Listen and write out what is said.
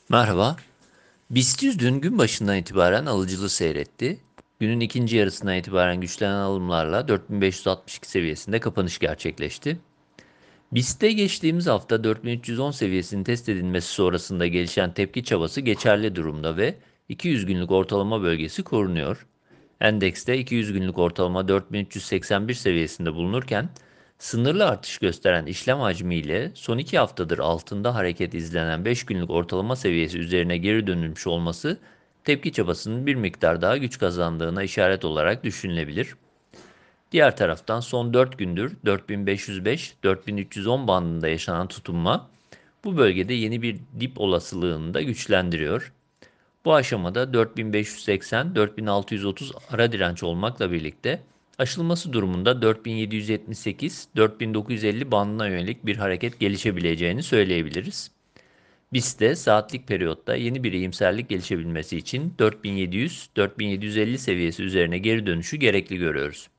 Merhaba. BIST 100 dün gün başından itibaren alıcılı seyretti. Günün ikinci yarısından itibaren güçlenen alımlarla 4562 seviyesinde kapanış gerçekleşti. BIST'te geçtiğimiz hafta 4310 seviyesinin test edilmesi sonrasında gelişen tepki çabası geçerli durumda ve 200 günlük ortalama bölgesi korunuyor. Endekste 200 günlük ortalama 4381 seviyesinde bulunurken, sınırlı artış gösteren işlem hacmiyle son 2 haftadır altında hareket izlenen 5 günlük ortalama seviyesi üzerine geri dönülmüş olması, tepki çabasının bir miktar daha güç kazandığına işaret olarak düşünülebilir. Diğer taraftan son 4 gündür 4505-4310 bandında yaşanan tutunma, bu bölgede yeni bir dip olasılığını da güçlendiriyor. Bu aşamada 4580-4630 ara direnç olmakla birlikte aşılması durumunda 4778-4950 bandına yönelik bir hareket gelişebileceğini söyleyebiliriz. BIST'te saatlik periyotta yeni bir iyimserlik gelişebilmesi için 4700-4750 seviyesi üzerine geri dönüşü gerekli görüyoruz.